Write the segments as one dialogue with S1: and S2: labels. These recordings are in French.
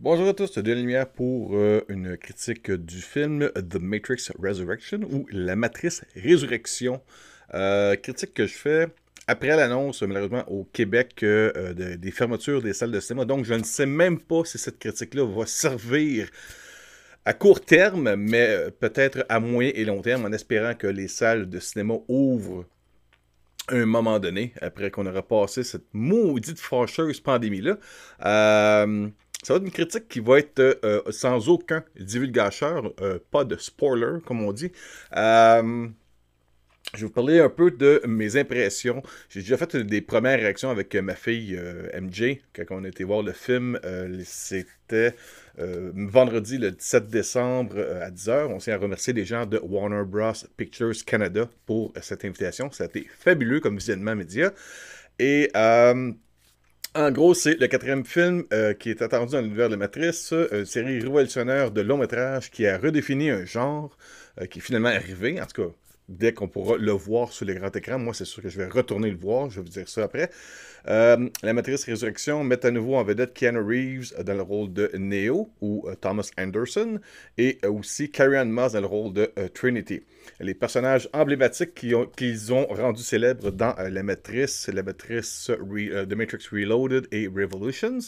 S1: Bonjour à tous, c'est Denis Lumière pour une critique du film The Matrix Resurrection ou La Matrice Résurrection. Critique que je fais après l'annonce, malheureusement, au Québec des fermetures des salles de cinéma. Donc, je ne sais même pas si cette critique-là va servir à court terme, mais peut-être à moyen et long terme, en espérant que les salles de cinéma ouvrent à un moment donné, après qu'on aura passé cette maudite fâcheuse pandémie-là. Ça va être une critique qui va être sans aucun divulgateur, pas de spoiler, comme on dit. Je vais vous parler un peu de mes impressions. J'ai déjà fait des premières réactions avec ma fille MJ quand on a été voir le film. C'était vendredi le 17 décembre à 10h. On s'est à remercier les gens de Warner Bros. Pictures Canada pour cette invitation. Ça a été fabuleux comme visionnement média. Et en gros, c'est le quatrième film qui est attendu dans l'univers de Matrice, une série révolutionnaire de long métrage qui a redéfini un genre qui est finalement arrivé. En tout cas, dès qu'on pourra le voir sur les grands écrans, moi c'est sûr que je vais retourner le voir, je vais vous dire ça après. La Matrice Résurrection met à nouveau en vedette Keanu Reeves dans le rôle de Neo ou Thomas Anderson et aussi Carrie-Anne Moss dans le rôle de Trinity. Les personnages emblématiques qu'ils ont rendu célèbres dans la Matrice The Matrix Reloaded et Revolutions.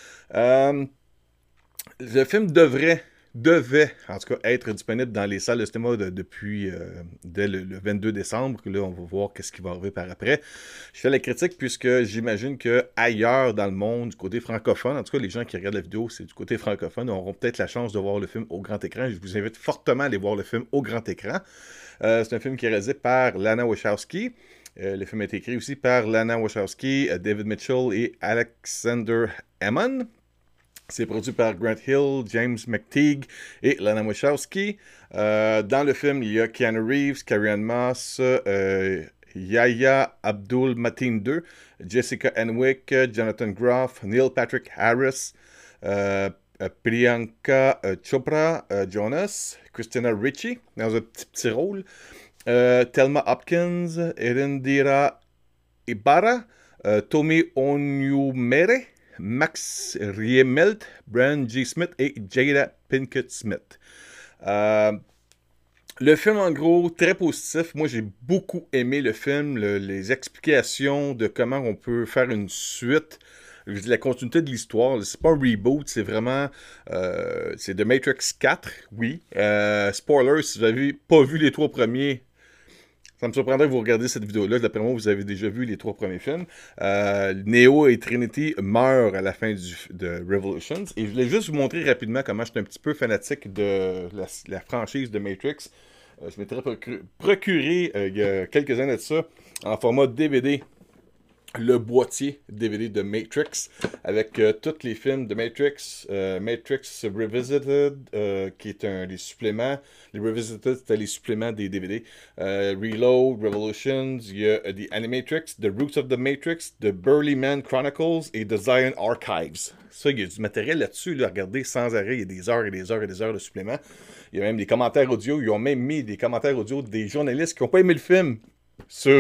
S1: Le film devait, en tout cas, être disponible dans les salles de cinéma depuis dès le 22 décembre. Là, on va voir qu'est-ce qui va arriver par après. Je fais la critique puisque j'imagine que ailleurs dans le monde, du côté francophone, en tout cas, les gens qui regardent la vidéo, c'est du côté francophone, auront peut-être la chance de voir le film au grand écran. Je vous invite fortement à aller voir le film au grand écran. C'est un film qui est réalisé par Lana Wachowski. Le film a été écrit aussi par Lana Wachowski, David Mitchell et Alexander Hammond. C'est produit par Grant Hill, James McTeague et Lana Wachowski. Dans le film, il y a Keanu Reeves, Carrie-Anne Moss, Yahya Abdul-Mateen II, Jessica Henwick, Jonathan Groff, Neil Patrick Harris, Priyanka Chopra Jonas, Christina Ricci dans un petit rôle, Thelma Hopkins, Erindira Ibarra, Tommy Onyumere, Max Riemelt, Brian G. Smith et Jada Pinkett Smith. Le film, en gros, très positif. Moi, j'ai beaucoup aimé le film, les explications de comment on peut faire une suite. Je dis la continuité de l'histoire. C'est pas un reboot, c'est vraiment... c'est The Matrix 4, oui. Spoiler, si vous n'avez pas vu les trois premiers, ça me surprendrait que vous regardiez cette vidéo-là. D'après moi, vous avez déjà vu les trois premiers films. Neo et Trinity meurent à la fin de Revolutions. Et je voulais juste vous montrer rapidement comment je suis un petit peu fanatique de la franchise de Matrix. Je m'étais procuré il y a quelques années de ça en format DVD le boîtier DVD de Matrix avec tous les films de Matrix, Matrix Revisited, qui est les suppléments. Les Revisited, c'était les suppléments des DVD. Reload, Revolutions, il y a The Animatrix, The Roots of the Matrix, The Burly Man Chronicles et The Zion Archives. Ça, il y a du matériel là-dessus, là, à regarder sans arrêt. Il y a des heures et des heures et des heures de suppléments. Il y a même des commentaires audio. Ils ont même mis des commentaires audio des journalistes qui n'ont pas aimé le film sur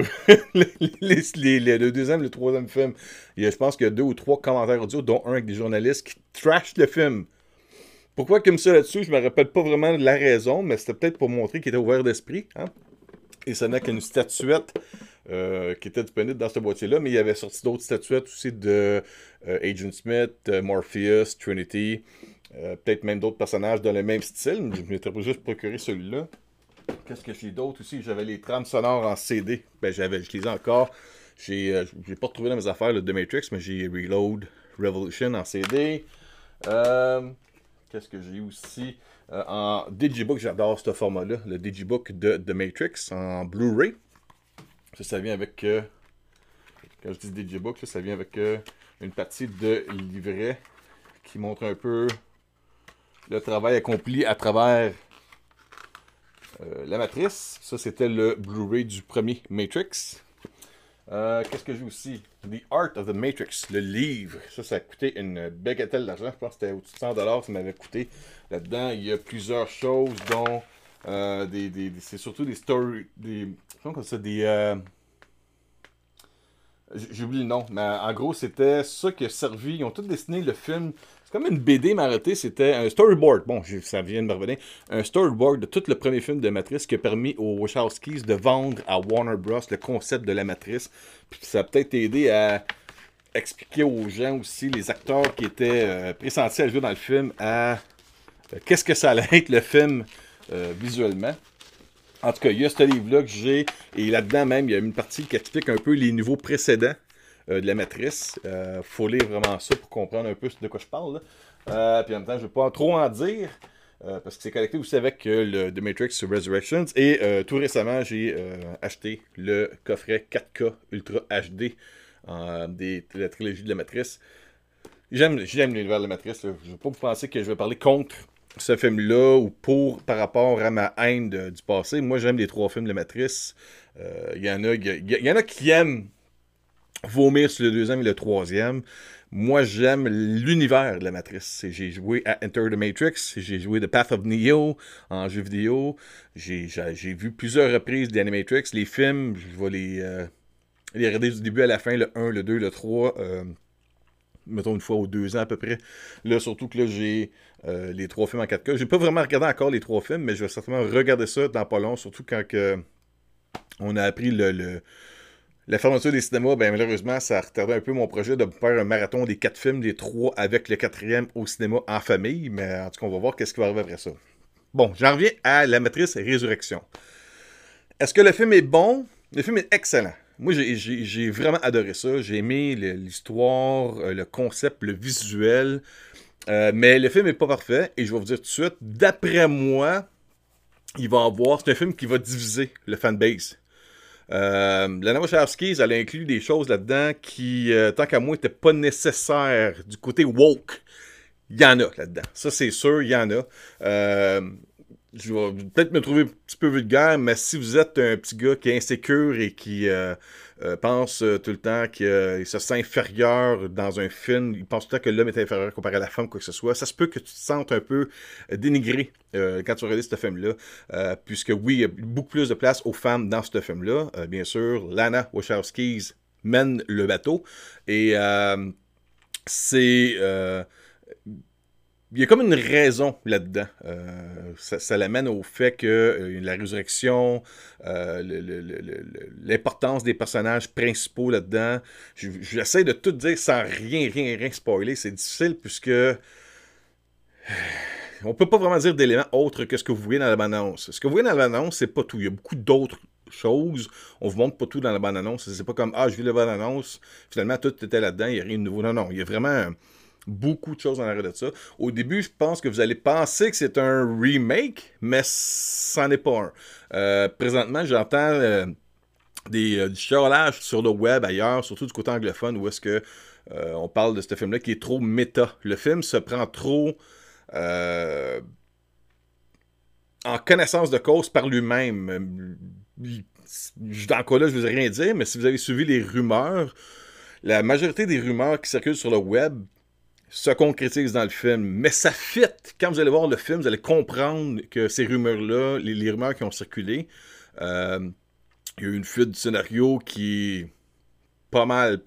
S1: le deuxième, le troisième film. Je pense qu'il y a 2 ou 3 commentaires audio, dont un avec des journalistes qui trashent le film. Pourquoi comme ça là-dessus, je me rappelle pas vraiment la raison, mais c'était peut-être pour montrer qu'il était ouvert d'esprit. Hein? Et ce n'est qu'une statuette qui était disponible dans ce boîtier-là, mais il y avait sorti d'autres statuettes aussi de Agent Smith, Morpheus, Trinity, peut-être même d'autres personnages dans le même style. Je m'étais juste procuré celui-là. Qu'est-ce que j'ai d'autre aussi? J'avais les trames sonores en CD. Je les ai encore. J'ai pas retrouvé dans mes affaires le The Matrix, mais j'ai Reload Revolution en CD. Qu'est-ce que j'ai aussi? En Digibook, j'adore ce format-là. Le Digibook de The Matrix en Blu-ray. Ça vient avec... quand je dis Digibook, ça vient avec une partie de livret qui montre un peu le travail accompli à travers... la Matrice, ça c'était le Blu-ray du premier Matrix. Qu'est-ce que j'ai aussi? The Art of the Matrix, le livre. Ça a coûté une bagatelle d'argent. Je pense que c'était au-dessus de 100$ ça m'avait coûté. Là-dedans, il y a plusieurs choses, dont c'est surtout des stories. Comment ça, j'oublie le nom, mais en gros, c'était ça qui a servi. Ils ont tous dessiné le film. C'est comme une BD marottée, c'était un storyboard. Bon, ça vient de me revenir. Un storyboard de tout le premier film de Matrice qui a permis aux Wachowskis de vendre à Warner Bros. Le concept de la Matrice. Puis ça a peut-être aidé à expliquer aux gens aussi, les acteurs qui étaient pressentis à jouer dans le film, à qu'est-ce que ça allait être le film visuellement. En tout cas, il y a ce livre-là que j'ai, et là-dedans même, il y a une partie qui explique un peu les niveaux précédents de la Matrice. Faut lire vraiment ça pour comprendre un peu de quoi je parle. Puis en même temps, je ne vais pas trop en dire, parce que c'est connecté aussi avec le The Matrix Resurrections. Et tout récemment, j'ai acheté le coffret 4K Ultra HD de la trilogie de la Matrice. J'aime l'univers de la Matrice. Je ne vais pas vous penser que je vais parler contre ce film-là ou par rapport à ma haine du passé. Moi, j'aime les 3 films de la Matrice. Il y en a qui aiment vomir sur le 2e et le 3e. Moi, j'aime l'univers de la Matrice. J'ai joué à Enter the Matrix, j'ai joué The Path of Neo en jeu vidéo. J'ai vu plusieurs reprises d'Animatrix. Les films, je vais les regarder du début à la fin, le 1, le 2, le 3. Mettons une fois aux 2 ans à peu près. Là, surtout que là, j'ai les 3 films en 4K. J'ai pas vraiment regardé encore les 3 films, mais je vais certainement regarder ça dans pas long, surtout quand on a appris la fermeture des cinémas. Ben malheureusement, ça a retardé un peu mon projet de faire un marathon des 4 films, des 3 avec le 4e au cinéma en famille, mais en tout cas, on va voir qu'est-ce qui va arriver après ça. Bon, j'en reviens à La Matrice Résurrection. Est-ce que le film est bon? Le film est excellent. Moi, j'ai vraiment adoré ça. J'ai aimé l'histoire, le concept, le visuel. Mais le film n'est pas parfait. Et je vais vous dire tout de suite, d'après moi, il va avoir... C'est un film qui va diviser le fanbase. Lana Wachowski, elle a inclus des choses là-dedans qui, tant qu'à moi, n'étaient pas nécessaires du côté woke. Il y en a là-dedans. Ça, c'est sûr, il y en a. Je vais peut-être me trouver un petit peu vulgaire, mais si vous êtes un petit gars qui est insécure et qui pense tout le temps qu'il se sent inférieur dans un film, il pense tout le temps que l'homme est inférieur comparé à la femme, quoi que ce soit, ça se peut que tu te sentes un peu dénigré quand tu regardes ce film-là, puisque oui, il y a beaucoup plus de place aux femmes dans ce film-là. Bien sûr, Lana Wachowski mène le bateau, et c'est... il y a comme une raison là-dedans. Ça l'amène au fait que la résurrection, l'importance des personnages principaux là-dedans. J'essaie de tout dire sans rien spoiler. C'est difficile puisque on peut pas vraiment dire d'éléments autres que ce que vous voyez dans la bande-annonce. Ce que vous voyez dans la bande-annonce, c'est pas tout. Il y a beaucoup d'autres choses. On vous montre pas tout dans la bande-annonce. C'est pas comme, je vis la bande-annonce, finalement tout était là-dedans, il n'y a rien de nouveau. Non, il y a vraiment... beaucoup de choses en arrière de ça. Au début, je pense que vous allez penser que c'est un remake, mais c'en est pas un. Présentement, j'entends du chiolage sur le web ailleurs, surtout du côté anglophone, où est-ce que on parle de ce film-là qui est trop méta. Le film se prend trop en connaissance de cause par lui-même. Dans le cas-là, je ne vous ai rien dire, mais si vous avez suivi les rumeurs, la majorité des rumeurs qui circulent sur le web se concrétise dans le film. Mais ça fit. Quand vous allez voir le film, vous allez comprendre que ces rumeurs-là, les rumeurs qui ont circulé, il y a eu une fuite du scénario qui est pas mal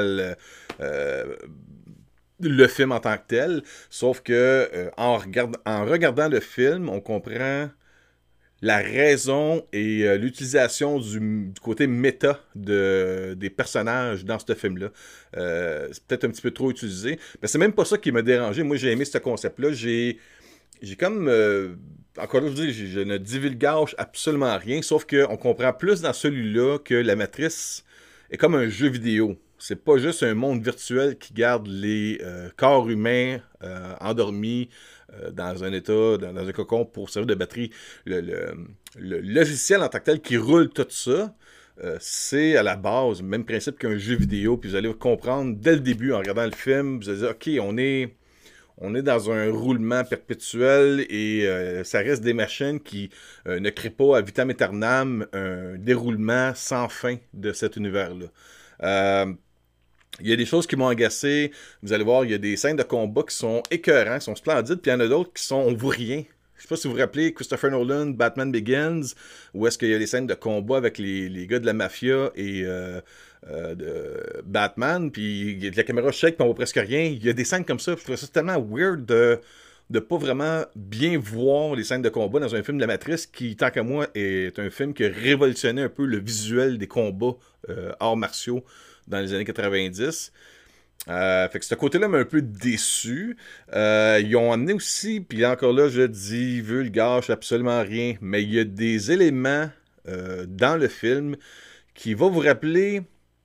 S1: le film en tant que tel. Sauf que en regardant le film, on comprend la raison et l'utilisation du côté méta des personnages dans ce film-là. C'est peut-être un petit peu trop utilisé. Mais c'est même pas ça qui m'a dérangé. Moi, j'ai aimé ce concept-là. J'ai comme... encore là, je ne divulgage absolument rien, sauf qu'on comprend plus dans celui-là que la Matrice est comme un jeu vidéo. C'est pas juste un monde virtuel qui garde les corps humains endormis dans un état, dans un cocon pour servir de batterie. Le logiciel en tant que tel qui roule tout ça, c'est à la base le même principe qu'un jeu vidéo. Puis vous allez comprendre dès le début en regardant le film, vous allez dire, OK, on est dans un roulement perpétuel et ça reste des machines qui ne créent pas à vitam aeternam un déroulement sans fin de cet univers-là. Il y a des choses qui m'ont agacé. Vous allez voir, il y a des scènes de combat qui sont écœurantes, qui sont splendides, puis il y en a d'autres qui sont on voit rien. Je sais pas si vous vous rappelez Christopher Nolan, Batman Begins, où est-ce qu'il y a des scènes de combat avec les gars de la mafia et de Batman, puis la caméra shake, puis on voit presque rien. Il y a des scènes comme ça, je trouve ça tellement weird de pas vraiment bien voir les scènes de combat dans un film de la Matrice qui, tant qu'à moi, est un film qui a révolutionné un peu le visuel des combats arts martiaux dans les années 90. Fait que ce côté-là m'a un peu déçu. Ils ont amené aussi, puis encore là, je dis vulgage, absolument rien, mais il y a des éléments dans le film qui vont vous rappeler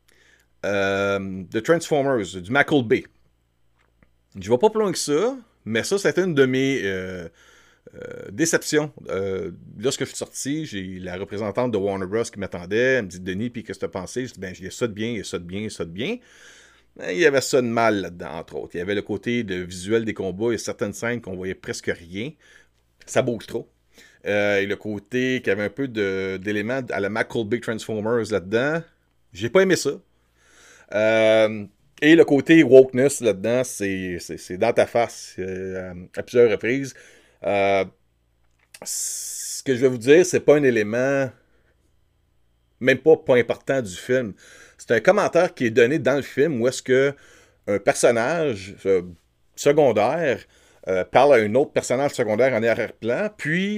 S1: de Transformers, du Michael Bay. Je vais pas plus loin que ça, mais ça, c'était une de mes déceptions. Lorsque je suis sorti, j'ai la représentante de Warner Bros. Qui m'attendait. Elle me dit, Denis, puis qu'est-ce que tu as pensé? Je dis, ben, il y a ça de bien, il y a ça de bien, il y a ça de bien. Il y avait ça de mal là-dedans, entre autres. Il y avait le côté de visuel des combats et certaines scènes qu'on voyait presque rien. Ça bouge trop. Et le côté qu'il y avait un peu d'éléments à la Michael Bay Transformers là-dedans. J'ai pas aimé ça. Et le côté wokeness là-dedans, c'est dans ta face à plusieurs reprises. Ce que je vais vous dire, c'est pas un élément, même pas important du film. C'est un commentaire qui est donné dans le film où est-ce que un personnage secondaire parle à un autre personnage secondaire en arrière-plan, puis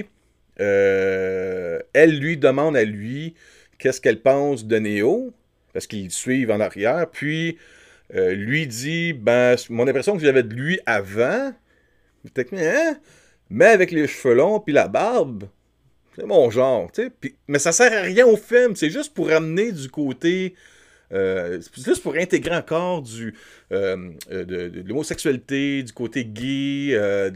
S1: elle lui demande à lui qu'est-ce qu'elle pense de Neo, parce qu'ils le suivent en arrière, puis lui dit, ben, mon impression que j'avais de lui avant, hein? Mais avec les cheveux longs puis la barbe, c'est mon genre, tu sais. Mais ça sert à rien au film, c'est juste pour amener du côté, c'est juste pour intégrer encore de l'homosexualité, du côté gay,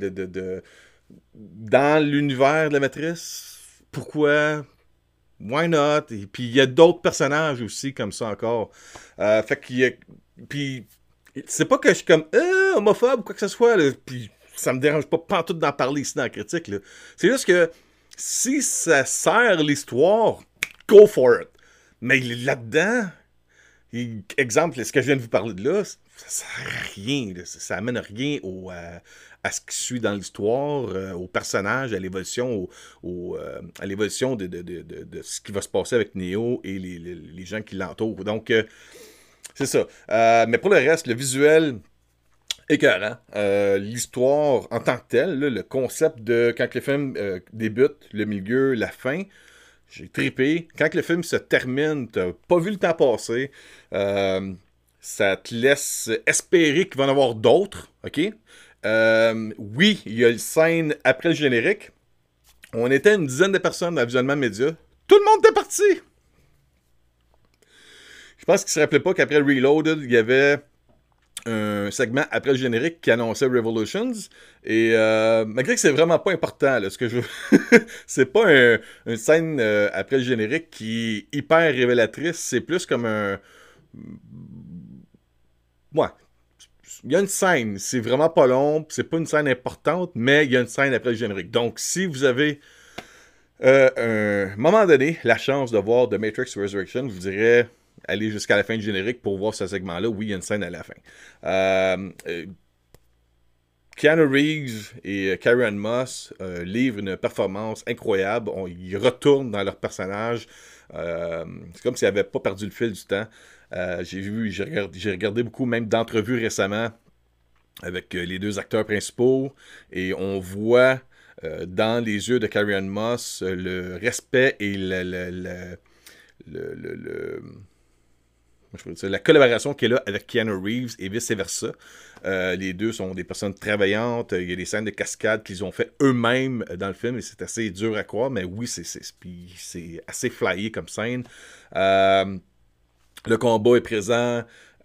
S1: dans l'univers de la Matrice. Pourquoi? Why not? Et puis il y a d'autres personnages aussi comme ça encore. Fait qu'il y a... Puis c'est pas que je suis comme homophobe ou quoi que ce soit, là. Puis ça me dérange pas pantoute d'en parler ici dans la critique, là. C'est juste que si ça sert l'histoire, go for it. Mais là-dedans, exemple, ce que je viens de vous parler de là, ça sert à rien. Là. Ça amène rien à ce qui suit dans l'histoire, au personnage, à l'évolution, à l'évolution de ce qui va se passer avec Neo et les gens qui l'entourent. Donc, c'est ça. Mais pour le reste, le visuel, écœurant. L'histoire en tant que telle, là, le concept de quand le film débute, le milieu, la fin, j'ai trippé. Quand le film se termine, t'as pas vu le temps passer. Ça te laisse espérer qu'il va y en avoir d'autres. OK? Oui, il y a une scène après le générique. On était une dizaine de personnes dans le visionnement média. Tout le monde était parti! Je pense qu'il se rappelait pas qu'après Reloaded, il y avait un segment après le générique qui annonçait Revolutions. Et malgré que c'est vraiment pas important, là, ce que je c'est pas une scène après le générique qui est hyper révélatrice. C'est plus comme un... Ouais. Il y a une scène. C'est vraiment pas long. C'est pas une scène importante, mais il y a une scène après le générique. Donc, si vous avez un moment donné la chance de voir The Matrix Resurrection, je vous dirais aller jusqu'à la fin du générique pour voir ce segment-là. Oui, il y a une scène à la fin. Keanu Reeves et Carrie-Anne Moss livrent une performance incroyable. Ils retournent dans leur personnage. C'est comme s'ils n'avaient pas perdu le fil du temps. J'ai regardé beaucoup même d'entrevues récemment avec les deux acteurs principaux et on voit dans les yeux de Carrie-Anne Moss le respect et la collaboration qui est là avec Keanu Reeves et vice-versa. Les deux sont des personnes travaillantes. Il y a des scènes de cascade qu'ils ont fait eux-mêmes dans le film et c'est assez dur à croire, mais oui, c'est assez flyé comme scène. Le combat est présent,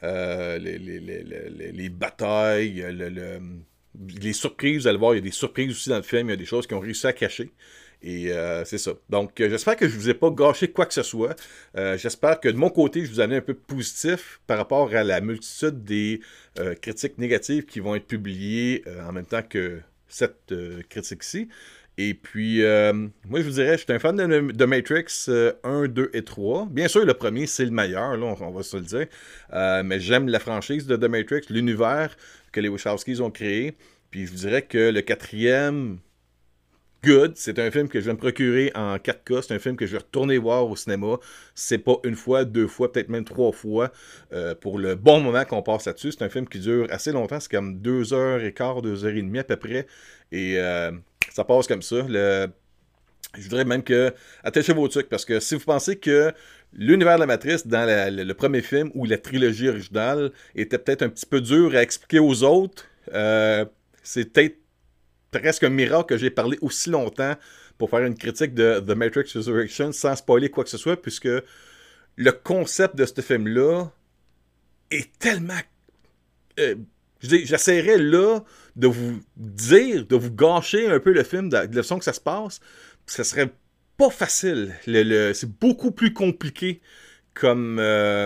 S1: les batailles, les surprises, vous allez voir, il y a des surprises aussi dans le film, il y a des choses qu'ils ont réussi à cacher. Et c'est ça. Donc, j'espère que je ne vous ai pas gâché quoi que ce soit. J'espère que de mon côté, je vous ai amené un peu positif par rapport à la multitude des critiques négatives qui vont être publiées en même temps que cette critique-ci. Et puis, moi, je vous dirais, je suis un fan de Matrix 1, 2 et 3. Bien sûr, le premier, c'est le meilleur, là, on va se le dire. Mais j'aime la franchise de The Matrix, l'univers que les Wachowskis ont créé. Puis, je vous dirais que le quatrième... good. C'est un film que je vais me procurer en 4K. C'est un film que je vais retourner voir au cinéma. C'est pas une fois, deux fois, peut-être même trois fois pour le bon moment qu'on passe là-dessus. C'est un film qui dure assez longtemps. C'est comme 2h15, 2h30 à peu près. Et ça passe comme ça. Je voudrais même que attachez vos trucs parce que si vous pensez que l'univers de la Matrice dans le premier film ou la trilogie originale était peut-être un petit peu dur à expliquer aux autres, c'est peut-être presque un miracle que j'ai parlé aussi longtemps pour faire une critique de The Matrix Resurrection sans spoiler quoi que ce soit, puisque le concept de ce film-là est tellement... j'essaierais là de vous dire, de vous gâcher un peu le film, de la façon que ça se passe. Ça serait pas facile. C'est beaucoup plus compliqué comme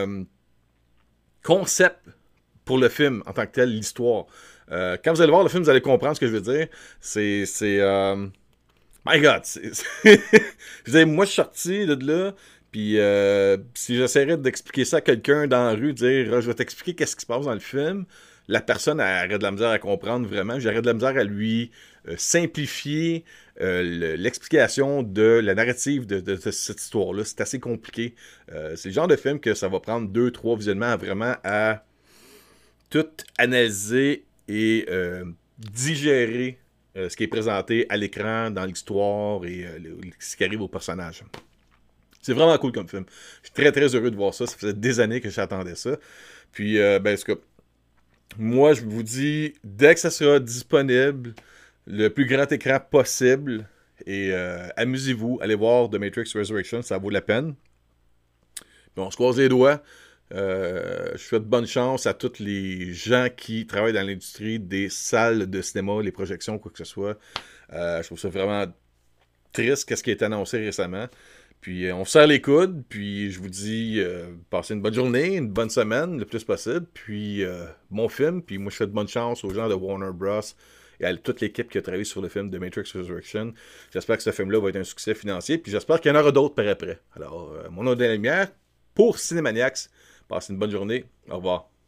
S1: concept pour le film en tant que tel, l'histoire. Quand vous allez voir le film, vous allez comprendre ce que je veux dire. My God! Moi, je suis sorti de là, puis si j'essaierais d'expliquer ça à quelqu'un dans la rue, dire je vais t'expliquer qu'est-ce qui se passe dans le film, la personne aurait de la misère à comprendre vraiment. J'aurais de la misère à lui simplifier l'explication de la narrative de cette histoire-là. C'est assez compliqué. C'est le genre de film que ça va prendre 2-3 visionnements vraiment à tout analyser et digérer ce qui est présenté à l'écran, dans l'histoire et ce qui arrive aux personnages. C'est vraiment cool comme film. Je suis très très heureux de voir ça. Ça faisait des années que j'attendais ça. Puis, moi, je vous dis, dès que ça sera disponible, le plus grand écran possible, et amusez-vous, allez voir The Matrix Resurrection, ça vaut la peine. Puis on se croise les doigts. Je souhaite bonne chance à tous les gens qui travaillent dans l'industrie des salles de cinéma, les projections, quoi que ce soit. Je trouve ça vraiment triste, ce qui a été annoncé récemment. Puis on se serre les coudes, puis je vous dis passez une bonne journée, une bonne semaine, le plus possible, puis bon film, puis moi je souhaite bonne chance aux gens de Warner Bros. Et à toute l'équipe qui a travaillé sur le film de Matrix Resurrection. J'espère que ce film-là va être un succès financier, puis j'espère qu'il y en aura d'autres par après. Alors, mon nom est Daniel Lumière, pour Cinémaniacs, passez une bonne journée, au revoir.